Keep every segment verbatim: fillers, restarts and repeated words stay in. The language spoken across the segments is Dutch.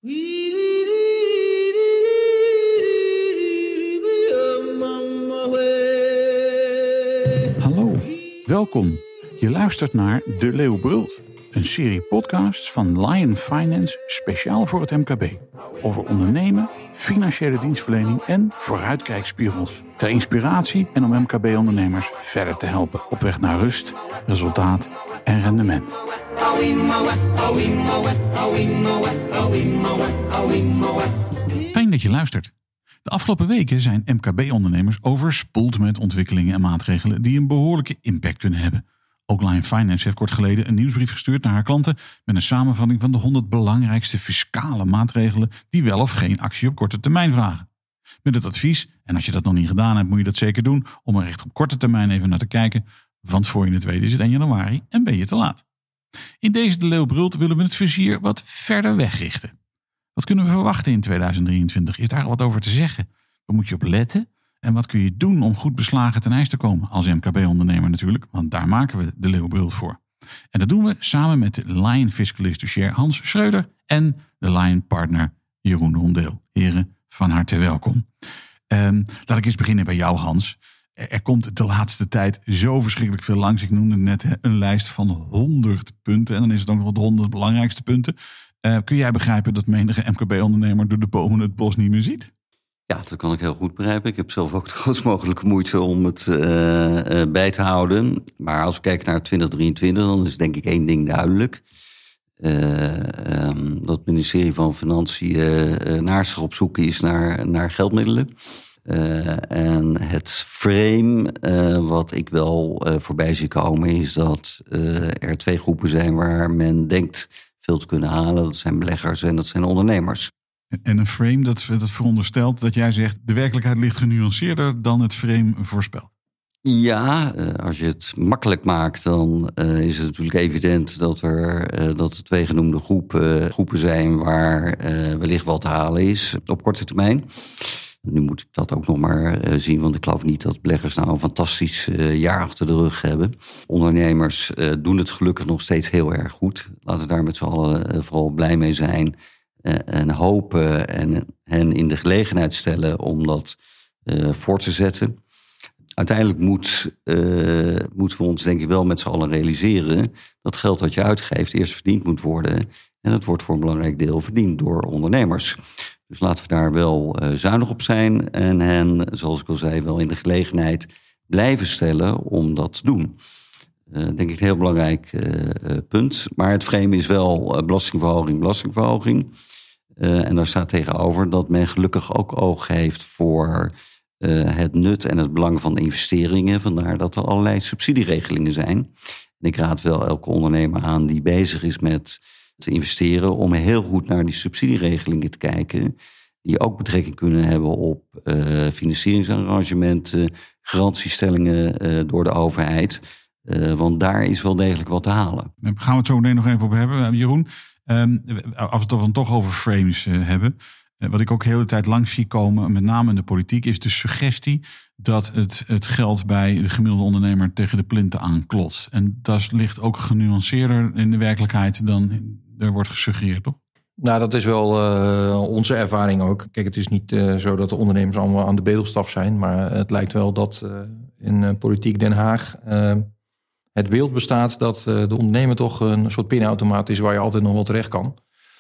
Hallo, welkom. Je luistert naar De Leeuw Brult, een serie podcasts van Lion Finance speciaal voor het M K B. Over ondernemen, financiële dienstverlening en vooruitkijkspiegels. Ter inspiratie en om M K B-ondernemers verder te helpen op weg naar rust, resultaat en rendement. Fijn dat je luistert. De afgelopen weken zijn M K B-ondernemers overspoeld met ontwikkelingen en maatregelen die een behoorlijke impact kunnen hebben. Ook Lion Finance heeft kort geleden een nieuwsbrief gestuurd naar haar klanten met een samenvatting van de honderd belangrijkste fiscale maatregelen die wel of geen actie op korte termijn vragen. Met het advies, en als je dat nog niet gedaan hebt moet je dat zeker doen, om er echt op korte termijn even naar te kijken, want voor je het weet is het één januari en ben je te laat. In deze De Leeuw Brult willen we het vizier wat verder wegrichten. Wat kunnen we verwachten in tweeduizend drieëntwintig? Is daar wat over te zeggen? Waar moet je op letten? En wat kun je doen om goed beslagen ten ijs te komen? Als M K B-ondernemer natuurlijk, want daar maken we De Leeuw Brult voor. En dat doen we samen met de Lion Fiscalist Chair Hans Schreuder en de Lion Partner Jeroen Rondeel. Heren, van harte welkom. Um, laat ik eens beginnen bij jou, Hans. Er komt de laatste tijd zo verschrikkelijk veel langs. Ik noemde net een lijst van honderd punten. En dan is het ook nog de honderd belangrijkste punten. Uh, kun jij begrijpen dat menige M K B-ondernemer door de bomen het bos niet meer ziet? Ja, dat kan ik heel goed begrijpen. Ik heb zelf ook de grootst mogelijke moeite om het uh, uh, bij te houden. Maar als we kijken naar twintig drieëntwintig, dan is denk ik één ding duidelijk. Uh, um, dat het ministerie van Financiën uh, naar zich op zoek is naar, naar geldmiddelen. Uh, en het frame uh, wat ik wel uh, voorbij zie komen is dat uh, er twee groepen zijn waar men denkt veel te kunnen halen. Dat zijn beleggers en dat zijn ondernemers. En een frame dat, dat veronderstelt dat jij zegt de werkelijkheid ligt genuanceerder dan het frame voorspelt. Ja, uh, als je het makkelijk maakt dan uh, is het natuurlijk evident dat er uh, dat de twee genoemde groepen, uh, groepen zijn waar uh, wellicht wat te halen is op korte termijn. Nu moet ik dat ook nog maar uh, zien, want ik geloof niet dat beleggers nou een fantastisch uh, jaar achter de rug hebben. Ondernemers uh, doen het gelukkig nog steeds heel erg goed. Laten we daar met z'n allen uh, vooral blij mee zijn. Uh, en hopen en hen in de gelegenheid stellen om dat uh, voor te zetten. Uiteindelijk moet, uh, moeten we ons denk ik wel met z'n allen realiseren dat geld dat je uitgeeft eerst verdiend moet worden. En dat wordt voor een belangrijk deel verdiend door ondernemers. Dus laten we daar wel uh, zuinig op zijn en hen, zoals ik al zei, wel in de gelegenheid blijven stellen om dat te doen. Uh, denk ik een heel belangrijk uh, punt. Maar het frame is wel uh, belastingverhoging, belastingverhoging. Uh, en daar staat tegenover dat men gelukkig ook oog heeft voor uh, het nut en het belang van investeringen. Vandaar dat er allerlei subsidieregelingen zijn. En ik raad wel elke ondernemer aan die bezig is met te investeren om heel goed naar die subsidieregelingen te kijken. Die ook betrekking kunnen hebben op uh, financieringsarrangementen, garantiestellingen uh, door de overheid. Uh, want daar is wel degelijk wat te halen. Daar gaan we het zo meteen nog even op hebben. Jeroen, um, als we het dan toch over frames uh, hebben. Uh, wat ik ook de hele tijd langs zie komen, met name in de politiek, is de suggestie dat het, het geld bij de gemiddelde ondernemer tegen de plinten aanklotst. En dat ligt ook genuanceerder in de werkelijkheid dan er wordt gesuggereerd, toch? Nou, dat is wel uh, onze ervaring ook. Kijk, het is niet uh, zo dat de ondernemers allemaal aan de bedelstaf zijn. Maar het lijkt wel dat uh, in uh, politiek Den Haag uh, het beeld bestaat dat uh, de ondernemer toch een soort pinautomaat is waar je altijd nog wel terecht kan.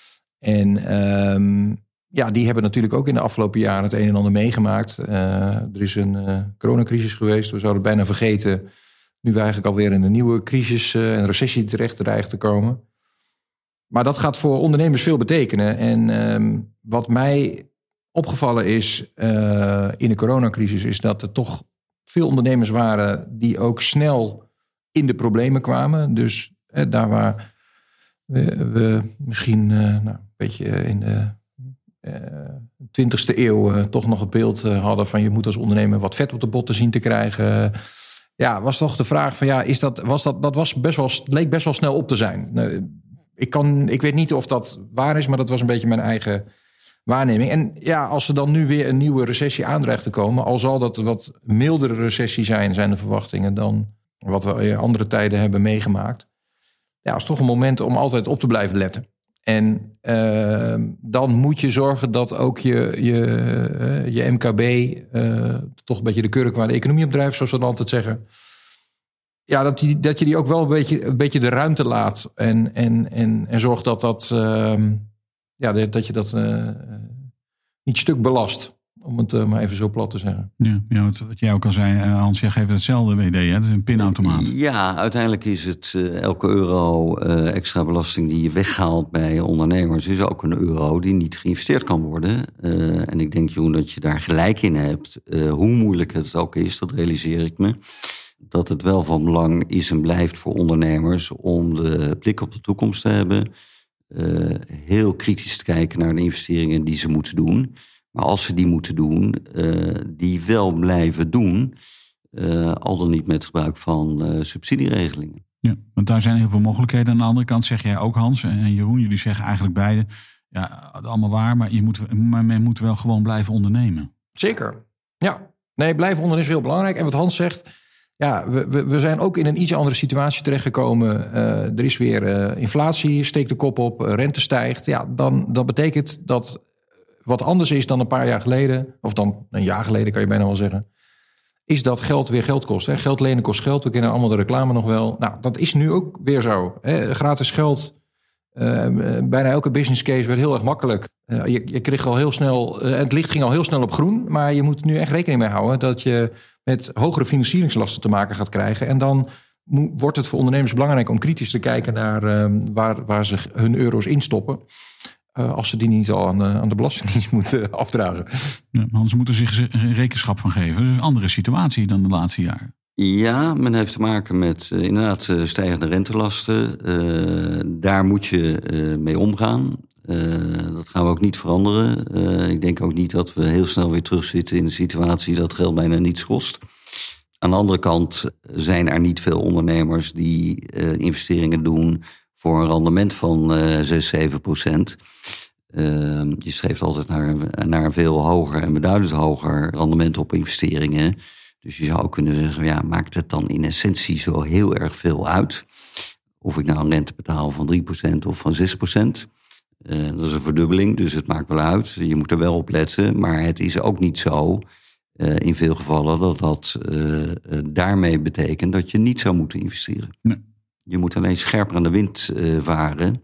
En um, ja, die hebben natuurlijk ook in de afgelopen jaren het een en ander meegemaakt. Uh, er is een uh, coronacrisis geweest. We zouden het bijna vergeten. Nu we eigenlijk alweer in een nieuwe crisis en uh, recessie terecht dreigen te komen. Maar dat gaat voor ondernemers veel betekenen. En um, wat mij opgevallen is uh, in de coronacrisis is dat er toch veel ondernemers waren die ook snel in de problemen kwamen. Dus eh, daar waar we, we misschien uh, nou, een beetje in de uh, twintigste eeuw uh, toch nog het beeld uh, hadden van je moet als ondernemer wat vet op de botten zien te krijgen. Ja, was toch de vraag van ja, is dat, was dat, dat was best wel, leek best wel snel op te zijn. Nou, ik, kan, ik weet niet of dat waar is, maar dat was een beetje mijn eigen waarneming. En ja, als er dan nu weer een nieuwe recessie aandreigt te komen, al zal dat een wat mildere recessie zijn, zijn de verwachtingen dan wat we in andere tijden hebben meegemaakt. Ja, is toch een moment om altijd op te blijven letten. En uh, dan moet je zorgen dat ook je, je, uh, je M K B... Uh, toch een beetje de kurk waar de economie op drijft, zoals we dan altijd zeggen. Ja, dat, die, dat je die ook wel een beetje, een beetje de ruimte laat. En, en, en, en zorgt dat, dat, uh, ja, dat je dat uh, niet stuk belast. Om het uh, maar even zo plat te zeggen. Ja, ja wat, wat jij ook al zei, Hans, jij geeft hetzelfde W D, hè? Dat is een pinautomaat. Ja, uiteindelijk is het uh, elke euro uh, extra belasting die je weghaalt bij ondernemers, is ook een euro die niet geïnvesteerd kan worden. Uh, en ik denk, Jeroen, dat je daar gelijk in hebt. Uh, hoe moeilijk het ook is, dat realiseer ik me. Dat het wel van belang is en blijft voor ondernemers om de blik op de toekomst te hebben. Uh, heel kritisch te kijken naar de investeringen die ze moeten doen. Maar als ze die moeten doen, uh, die wel blijven doen. Uh, al dan niet met gebruik van uh, subsidieregelingen. Ja, want daar zijn heel veel mogelijkheden. Aan de andere kant zeg jij ook, Hans en Jeroen, jullie zeggen eigenlijk beide, ja, allemaal waar, maar, je moet, maar men moet wel gewoon blijven ondernemen. Zeker. Ja, nee, blijven ondernemen is heel belangrijk. En wat Hans zegt, ja, we, we, we zijn ook in een iets andere situatie terechtgekomen. Uh, er is weer uh, inflatie, steekt de kop op, uh, rente stijgt. Ja, dan dat betekent dat wat anders is dan een paar jaar geleden, of dan een jaar geleden kan je bijna wel zeggen, is dat geld weer geld kost. Hè? Geld lenen kost geld. We kennen allemaal de reclame nog wel. Nou, dat is nu ook weer zo. Hè? Gratis geld. Uh, bijna elke business case werd heel erg makkelijk. Uh, je, je kreeg al heel snel, uh, het licht ging al heel snel op groen, maar je moet nu echt rekening mee houden dat je met hogere financieringslasten te maken gaat krijgen. En dan mo- wordt het voor ondernemers belangrijk om kritisch te kijken naar uh, waar, waar ze hun euro's instoppen. Uh, als ze die niet al aan de, aan de Belastingdienst moeten afdragen. Ja, Hans, moeten zich er rekenschap van geven. Dat is een andere situatie dan de laatste jaren. Ja, men heeft te maken met uh, inderdaad uh, stijgende rentelasten. Uh, daar moet je uh, mee omgaan. Uh, dat gaan we ook niet veranderen. Uh, ik denk ook niet dat we heel snel weer terugzitten in de situatie dat geld bijna niets kost. Aan de andere kant zijn er niet veel ondernemers die uh, investeringen doen voor een rendement van uh, zes, zeven procent. Uh, je streeft altijd naar, naar een veel hoger en beduidend hoger rendement op investeringen. Dus je zou kunnen zeggen, ja, maakt het dan in essentie zo heel erg veel uit? Of ik nou een rente betaal van drie procent of van zes procent. Uh, dat is een verdubbeling, dus het maakt wel uit. Je moet er wel op letten, maar het is ook niet zo uh, in veel gevallen dat dat uh, uh, daarmee betekent dat je niet zou moeten investeren. Nee. Je moet alleen scherper aan de wind uh, varen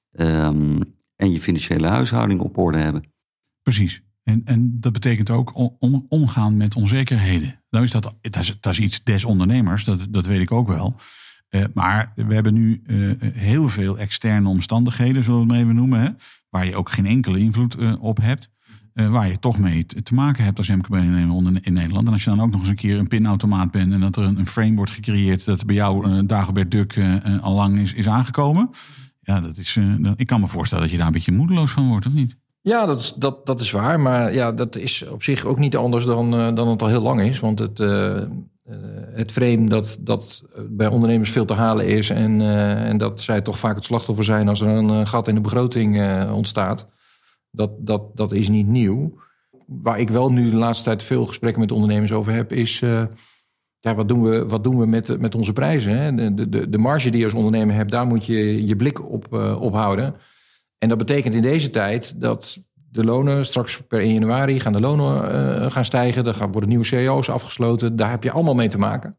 um, en je financiële huishouding op orde hebben. Precies. En, en dat betekent ook om, omgaan met onzekerheden. Nou is dat, dat, is, dat is iets des ondernemers, dat, dat weet ik ook wel. Uh, maar we hebben nu uh, heel veel externe omstandigheden, zullen we het maar even noemen, hè, waar je ook geen enkele invloed uh, op hebt. Uh, waar je toch mee te, te maken hebt als M K B-ondernemer in Nederland. En als je dan ook nog eens een keer een pinautomaat bent en dat er een, een frame wordt gecreëerd dat bij jou uh, Dagobert Duck uh, uh, al lang is, is aangekomen. Ja, dat is, uh, dat, ik kan me voorstellen dat je daar een beetje moedeloos van wordt, of niet? Ja, dat is, dat, dat is waar. Maar ja, dat is op zich ook niet anders dan, uh, dan het al heel lang is. Want het, uh, uh, het frame dat, dat bij ondernemers veel te halen is en, uh, en dat zij toch vaak het slachtoffer zijn als er een uh, gat in de begroting uh, ontstaat. Dat, dat, dat is niet nieuw. Waar ik wel nu de laatste tijd veel gesprekken met ondernemers over heb, is uh, ja, wat doen we, wat doen we met, met onze prijzen? Hè? De, de, de marge die je als ondernemer hebt, daar moet je je blik op, uh, op houden. En dat betekent in deze tijd dat de lonen, straks per één januari gaan de lonen uh, gaan stijgen. Er gaan, worden nieuwe C E O's afgesloten. Daar heb je allemaal mee te maken.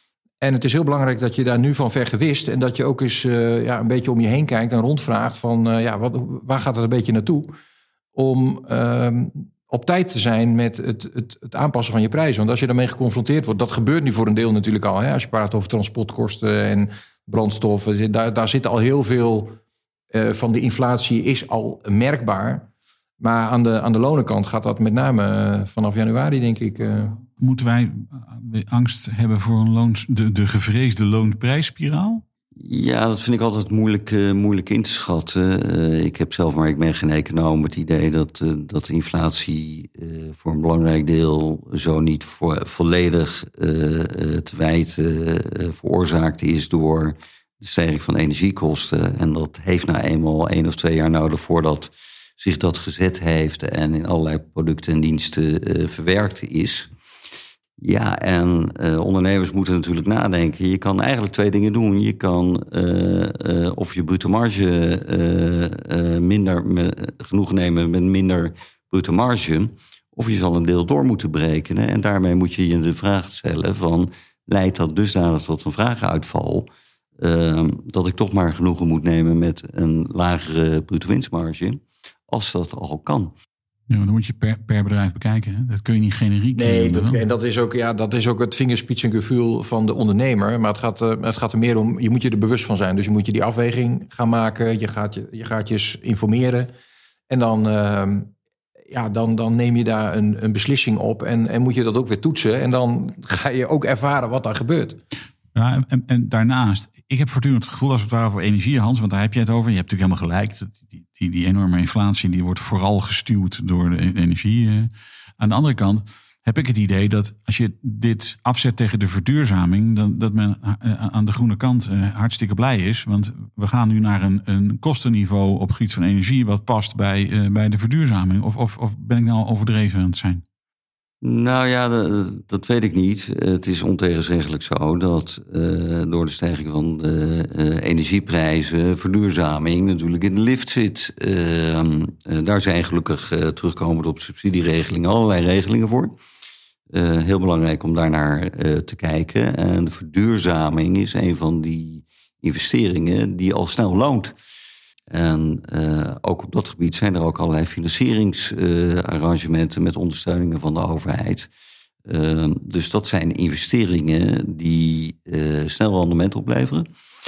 En het is heel belangrijk dat je daar nu van vergewist en dat je ook eens uh, ja, een beetje om je heen kijkt en rondvraagt van uh, ja, wat, waar gaat het een beetje naartoe? Om uh, op tijd te zijn met het, het, het aanpassen van je prijzen. Want als je daarmee geconfronteerd wordt, dat gebeurt nu voor een deel natuurlijk al. Hè? Als je praat over transportkosten en brandstoffen, daar, daar zit al heel veel uh, van de inflatie is al merkbaar. Maar aan de, aan de lonenkant gaat dat met name uh, vanaf januari, denk ik. Uh... Moeten wij angst hebben voor een loon, de, de gevreesde loonprijsspiraal? Ja, dat vind ik altijd moeilijk, uh, moeilijk in te schatten. Uh, ik heb zelf, maar ik ben geen econoom, het idee dat, uh, dat de inflatie uh, voor een belangrijk deel zo niet voor, volledig uh, uh, te wijten uh, veroorzaakt is door de stijging van energiekosten. En dat heeft nou eenmaal één of twee jaar nodig voordat zich dat gezet heeft en in allerlei producten en diensten uh, verwerkt is. Ja, en uh, ondernemers moeten natuurlijk nadenken. Je kan eigenlijk twee dingen doen. Je kan uh, uh, of je bruto marge uh, uh, minder me, genoeg nemen met minder bruto marge, of je zal een deel door moeten berekenen. En daarmee moet je je de vraag stellen van, leidt dat dusdanig tot een vragenuitval, uh, dat ik toch maar genoegen moet nemen met een lagere bruto winstmarge, als dat al kan. Ja, maar dan moet je per, per bedrijf bekijken. Hè? Dat kun je niet generiek. Nee, dat, en dat is, ook, ja, dat is ook het vingerspitsengevoel van de ondernemer. Maar het gaat, uh, het gaat er meer om, je moet je er bewust van zijn. Dus je moet je die afweging gaan maken. Je gaat je, je, gaat je informeren. En dan, uh, ja, dan, dan neem je daar een, een beslissing op. En, en moet je dat ook weer toetsen. En dan ga je ook ervaren wat daar gebeurt. Ja, en, en daarnaast, ik heb voortdurend het gevoel als het ware over energie, Hans, want daar heb je het over. Je hebt natuurlijk helemaal gelijk. Die, die, die enorme inflatie die wordt vooral gestuwd door de energie. Aan de andere kant heb ik het idee dat als je dit afzet tegen de verduurzaming, dan, dat men aan de groene kant hartstikke blij is. Want we gaan nu naar een, een kostenniveau op het gebied van energie wat past bij, uh, bij de verduurzaming. Of, of, of ben ik nou overdreven aan het zijn? Nou ja, dat, dat weet ik niet. Het is ontegenzeggelijk zo dat uh, door de stijging van de uh, energieprijzen verduurzaming natuurlijk in de lift zit. Uh, uh, daar zijn gelukkig uh, terugkomend op subsidieregelingen allerlei regelingen voor. Uh, heel belangrijk om daarnaar uh, te kijken. En de verduurzaming is een van die investeringen die al snel loont. En uh, ook op dat gebied zijn er ook allerlei financieringsarrangementen uh, met ondersteuningen van de overheid. Uh, dus dat zijn investeringen die uh, snel rendement opleveren.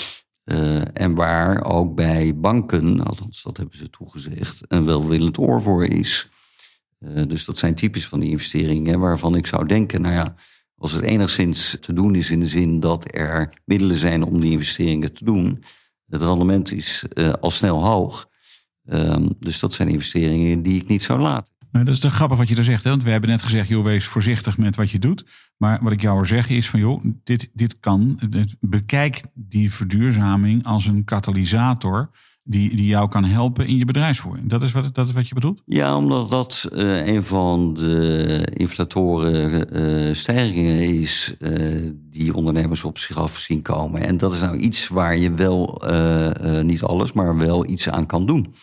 Uh, en waar ook bij banken, althans dat hebben ze toegezegd, een welwillend oor voor is. Uh, dus dat zijn typisch van die investeringen waarvan ik zou denken, nou ja, als het enigszins te doen is in de zin dat er middelen zijn om die investeringen te doen, het rendement is uh, al snel hoog. Um, dus dat zijn investeringen die ik niet zou laten. Nou, dat is toch grappig wat je daar zegt. Hè? Want we hebben net gezegd, joh, wees voorzichtig met wat je doet. Maar wat ik jou hoor zeggen is van, joh, dit, dit kan. Bekijk die verduurzaming als een katalysator die, die jou kan helpen in je bedrijfsvoering. Dat is wat, dat is wat je bedoelt? Ja, omdat dat uh, een van de inflatoren uh, stijgingen is uh, die ondernemers op zich af zien komen. En dat is nou iets waar je wel, uh, uh, niet alles, maar wel iets aan kan doen.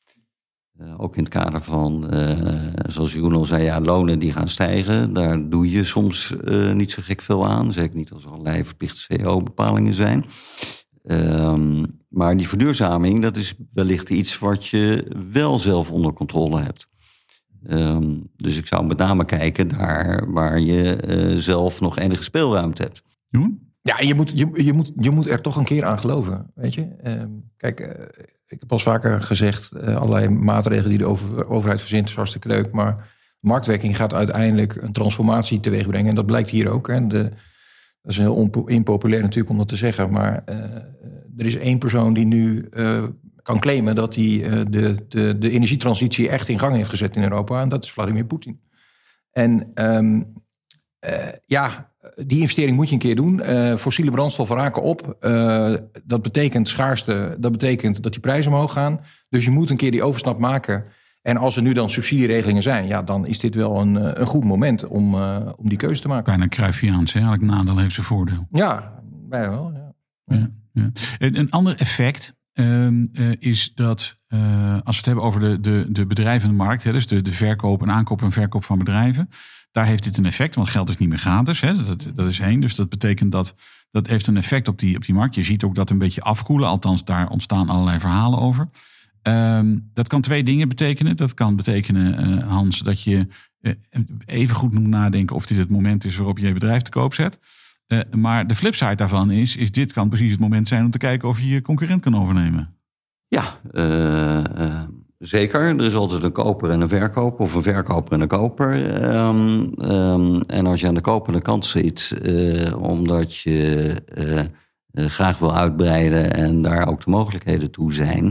Uh, ook in het kader van, uh, zoals Jeroen al zei, ja, lonen die gaan stijgen. Daar doe je soms uh, niet zo gek veel aan. Zeker niet als er allerlei verplichte C O-bepalingen zijn. Um, maar die verduurzaming, dat is wellicht iets wat je wel zelf onder controle hebt. Um, dus ik zou met name kijken daar waar je uh, zelf nog enige speelruimte hebt. Doen? Ja, je moet, je, je, moet, je moet er toch een keer aan geloven, weet je. Um, kijk, uh, ik heb al vaker gezegd, uh, allerlei maatregelen die de over, overheid verzint is hartstikke leuk, maar marktwerking gaat uiteindelijk een transformatie teweeg brengen. En dat blijkt hier ook. Hè. De, dat is heel impopulair natuurlijk om dat te zeggen, maar uh, er is één persoon die nu uh, kan claimen dat hij uh, de, de, de energietransitie echt in gang heeft gezet in Europa. En dat is Vladimir Poetin. En um, uh, ja, die investering moet je een keer doen. Uh, fossiele brandstoffen raken op. Uh, dat betekent schaarste. Dat betekent dat die prijzen omhoog gaan. Dus je moet een keer die overstap maken. En als er nu dan subsidieregelingen zijn, ja, dan is dit wel een, een goed moment om, uh, om die keuze te maken. Bijna Cruyffiaans, hè? Elk nadeel heeft zijn voordeel. Ja, bijna wel. Ja. Ja, ja. Een ander effect uh, uh, is dat uh, als we het hebben over de, de, de bedrijvenmarkt, hè, dus de, de verkoop en aankoop en verkoop van bedrijven, daar heeft dit een effect, want geld is niet meer gratis. Hè, dat, dat is één. Dus dat betekent dat dat heeft een effect op die, op die markt. Je ziet ook dat een beetje afkoelen, althans daar ontstaan allerlei verhalen over. Um, dat kan twee dingen betekenen. Dat kan betekenen, uh, Hans, dat je uh, even goed moet nadenken of dit het moment is waarop je je bedrijf te koop zet. Uh, maar de flipside daarvan is, is dit kan precies het moment zijn om te kijken of je je concurrent kan overnemen. Ja, uh, uh, zeker. Er is altijd een koper en een verkoper, of een verkoper en een koper. Um, um, en als je aan de kopende kant zit, uh, omdat je uh, uh, graag wil uitbreiden en daar ook de mogelijkheden toe zijn,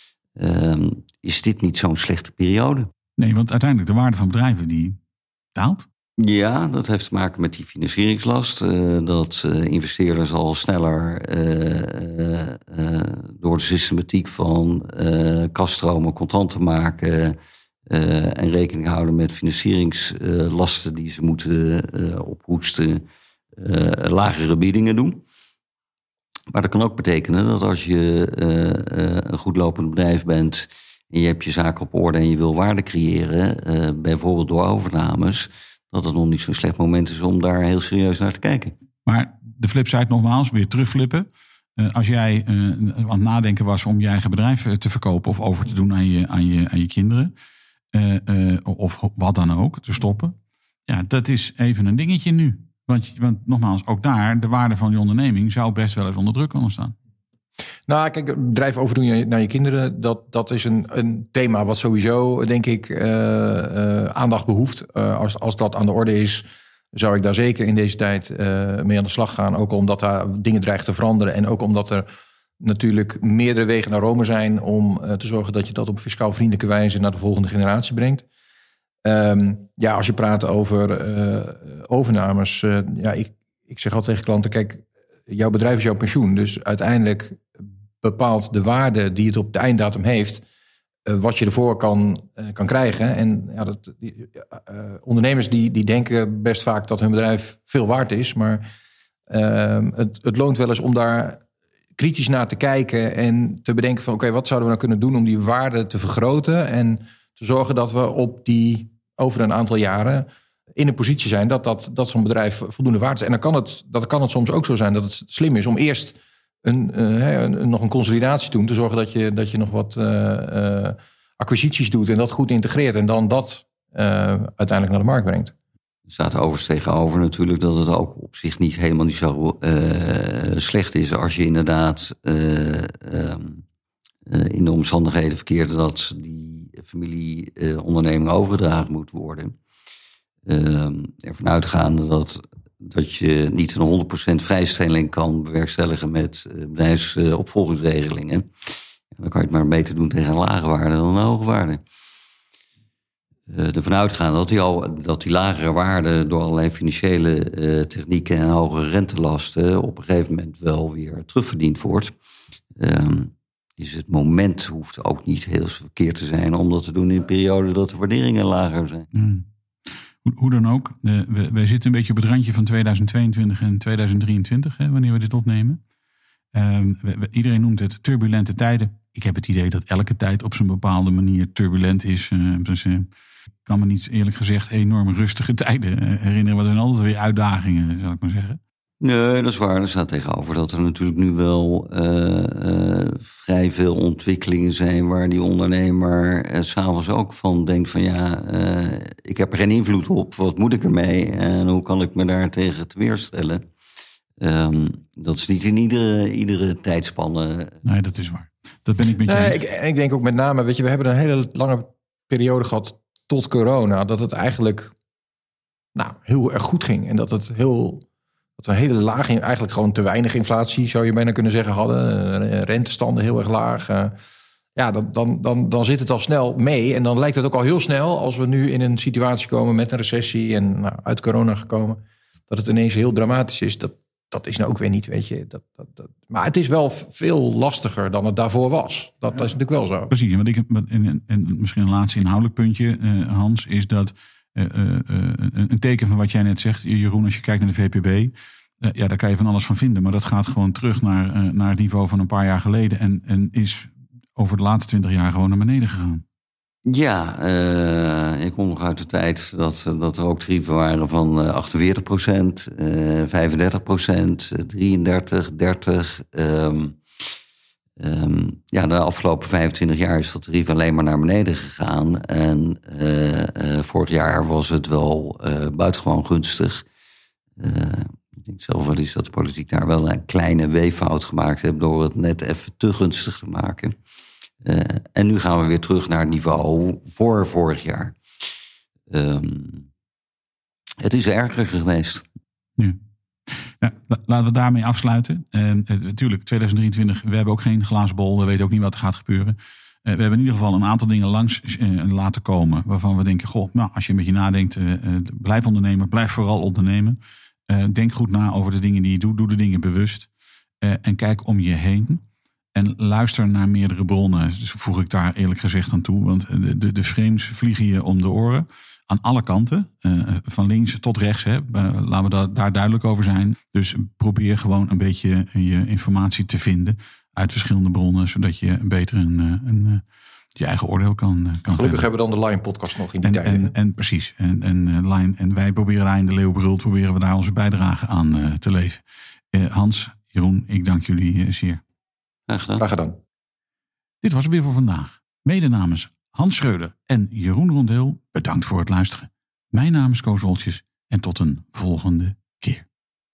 Um, is dit niet zo'n slechte periode? Nee, want uiteindelijk de waarde van bedrijven die daalt. Ja, dat heeft te maken met die financieringslast. Uh, dat uh, investeerders al sneller uh, uh, uh, door de systematiek van uh, kaststromen contant te maken, Uh, en rekening houden met financieringslasten uh, die ze moeten uh, ophoesten. Uh, lagere biedingen doen. Maar dat kan ook betekenen dat als je uh, uh, een goed lopend bedrijf bent en je hebt je zaken op orde en je wil waarde creëren, uh, bijvoorbeeld door overnames, dat het nog niet zo'n slecht moment is om daar heel serieus naar te kijken. Maar de flipside nogmaals, weer terugflippen. Uh, als jij uh, aan het nadenken was om je eigen bedrijf uh, te verkopen of over te doen aan je, aan je, aan je kinderen, uh, uh, of wat dan ook, te stoppen. Ja, dat is even een dingetje nu. Want, want nogmaals, ook daar, de waarde van je onderneming zou best wel eens onder druk kunnen staan. Nou, kijk, het bedrijf overdoen naar je kinderen, dat, dat is een, een thema wat sowieso, denk ik, uh, uh, aandacht behoeft. Uh, als, als dat aan de orde is, zou ik daar zeker in deze tijd uh, mee aan de slag gaan. Ook omdat daar dingen dreigen te veranderen. En ook omdat er natuurlijk meerdere wegen naar Rome zijn om uh, te zorgen dat je dat op fiscaal vriendelijke wijze naar de volgende generatie brengt. Um, ja, als je praat over uh, overnames, uh, ja, ik, ik zeg altijd tegen klanten, kijk, jouw bedrijf is jouw pensioen. Dus uiteindelijk bepaalt de waarde die het op de einddatum heeft, uh, wat je ervoor kan, uh, kan krijgen. En ja, dat, die, uh, ondernemers die, die denken best vaak dat hun bedrijf veel waard is. Maar uh, het, het loont wel eens om daar kritisch naar te kijken en te bedenken van oké, okay, wat zouden we nou kunnen doen om die waarde te vergroten en te zorgen dat we op die over een aantal jaren in een positie zijn dat, dat, dat zo'n bedrijf voldoende waard is. En dan kan het, dat kan het soms ook zo zijn dat het slim is om eerst een, uh, een, nog een consolidatie te doen, te zorgen dat je, dat je nog wat uh, uh, acquisities doet en dat goed integreert en dan dat uh, uiteindelijk naar de markt brengt. Er staat overigens tegenover natuurlijk dat het ook op zich niet helemaal niet zo uh, slecht is als je inderdaad uh, um, uh, in de omstandigheden verkeert dat die familieonderneming uh, overgedragen moet worden. Uh, ervan uitgaande dat, dat je niet een honderd procent vrijstelling kan bewerkstelligen met uh, bedrijfsopvolgingsregelingen. Uh, dan kan je het maar beter doen tegen een lage waarde dan een hoge waarde. Uh, ervan uitgaan dat die, al, dat die lagere waarde door allerlei financiële uh, technieken en hogere rentelasten op een gegeven moment wel weer terugverdiend wordt. Uh, Dus het moment hoeft ook niet heel verkeerd te zijn om dat te doen in een periode dat de waarderingen lager zijn. Hmm. Hoe, hoe dan ook, uh, we, wij zitten een beetje op het randje van tweeduizend tweeëntwintig en tweeduizend drieëntwintig, hè, wanneer we dit opnemen. Uh, we, we, iedereen noemt het turbulente tijden. Ik heb het idee dat elke tijd op zijn bepaalde manier turbulent is. Uh, dus uh, ik kan me niet eerlijk gezegd enorm rustige tijden uh, herinneren. Maar er zijn altijd weer uitdagingen, zou ik maar zeggen. Nee, dat is waar. Er staat tegenover dat er natuurlijk nu wel uh, uh, vrij veel ontwikkelingen zijn waar die ondernemer uh, 's avonds ook van denkt van ja, uh, ik heb er geen invloed op. Wat moet ik ermee? En hoe kan ik me daar tegen te weerstellen? Um, dat is niet in iedere, iedere tijdspanne. Nee, dat is waar. Dat ben ik met je nee, eens. ik, ik denk ook met name, weet je, we hebben een hele lange periode gehad tot corona, dat het eigenlijk nou, heel erg goed ging. En dat het heel... Dat we een hele laag, eigenlijk gewoon te weinig inflatie, zou je bijna kunnen zeggen, hadden. Rentestanden heel erg laag. Ja, dan, dan, dan, dan zit het al snel mee. En dan lijkt het ook al heel snel, als we nu in een situatie komen met een recessie en nou, uit corona gekomen, dat het ineens heel dramatisch is. Dat, dat is nou ook weer niet, weet je. Dat, dat, dat. Maar het is wel veel lastiger dan het daarvoor was. Dat, dat is natuurlijk wel zo. Precies, want ik, en, en misschien een laatste inhoudelijk puntje, uh, Hans, is dat Uh, uh, uh, een teken van wat jij net zegt, Jeroen, als je kijkt naar de V P B, uh, ja, daar kan je van alles van vinden. Maar dat gaat gewoon terug naar, uh, naar het niveau van een paar jaar geleden en, en is over de laatste twintig jaar gewoon naar beneden gegaan. Ja, uh, ik kom nog uit de tijd dat, dat er ook tarieven waren van uh, achtenveertig procent, uh, vijfendertig procent, drieëndertig, dertig. Um, Um, ja, de afgelopen vijfentwintig jaar is dat tarief alleen maar naar beneden gegaan. En uh, uh, vorig jaar was het wel uh, buitengewoon gunstig. Uh, ik denk zelf wel eens dat de politiek daar wel een kleine weeffout gemaakt heeft door het net even te gunstig te maken. Uh, en nu gaan we weer terug naar het niveau voor vorig jaar. Um, het is erger geweest. Ja. Nou, laten we daarmee afsluiten. Uh, natuurlijk, tweeduizend drieëntwintig, we hebben ook geen glazen bol. We weten ook niet wat er gaat gebeuren. Uh, we hebben in ieder geval een aantal dingen langs uh, laten komen waarvan we denken, goh, nou, als je een beetje nadenkt, uh, uh, blijf ondernemen, blijf vooral ondernemen. Uh, denk goed na over de dingen die je doet, doe de dingen bewust. Uh, en kijk om je heen. En luister naar meerdere bronnen. Dus voeg ik daar eerlijk gezegd aan toe. Want de, de, de frames vliegen je om de oren. Aan alle kanten. Uh, van links tot rechts. Hè. Laten we da- daar duidelijk over zijn. Dus probeer gewoon een beetje je informatie te vinden. Uit verschillende bronnen. Zodat je beter een, een, je eigen oordeel kan, kan Gelukkig vinden. hebben we dan de Lion podcast nog in die En, tijd. en, en precies. En, en, uh, Lion, en wij proberen daar in de Leeuw Brult. Proberen we daar onze bijdrage aan uh, te leveren. Uh, Hans, Jeroen, ik dank jullie uh, zeer. Graag gedaan. Graag gedaan. Dit was het weer voor vandaag. Mede namens Hans Schreuder en Jeroen Rondeel, bedankt voor het luisteren. Mijn naam is Koos Woltjes en tot een volgende keer.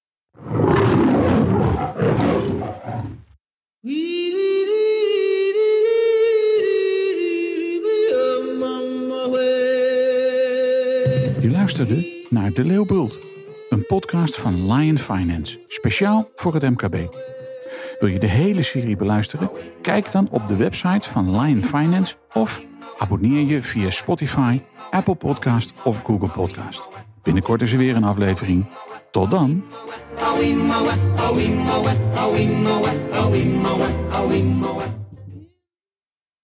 Je luisterde naar De Leeuw Brult, een podcast van Lion Finance, speciaal voor het M K B. Wil je de hele serie beluisteren? Kijk dan op de website van Lion Finance of abonneer je via Spotify, Apple Podcast of Google Podcast. Binnenkort is er weer een aflevering. Tot dan!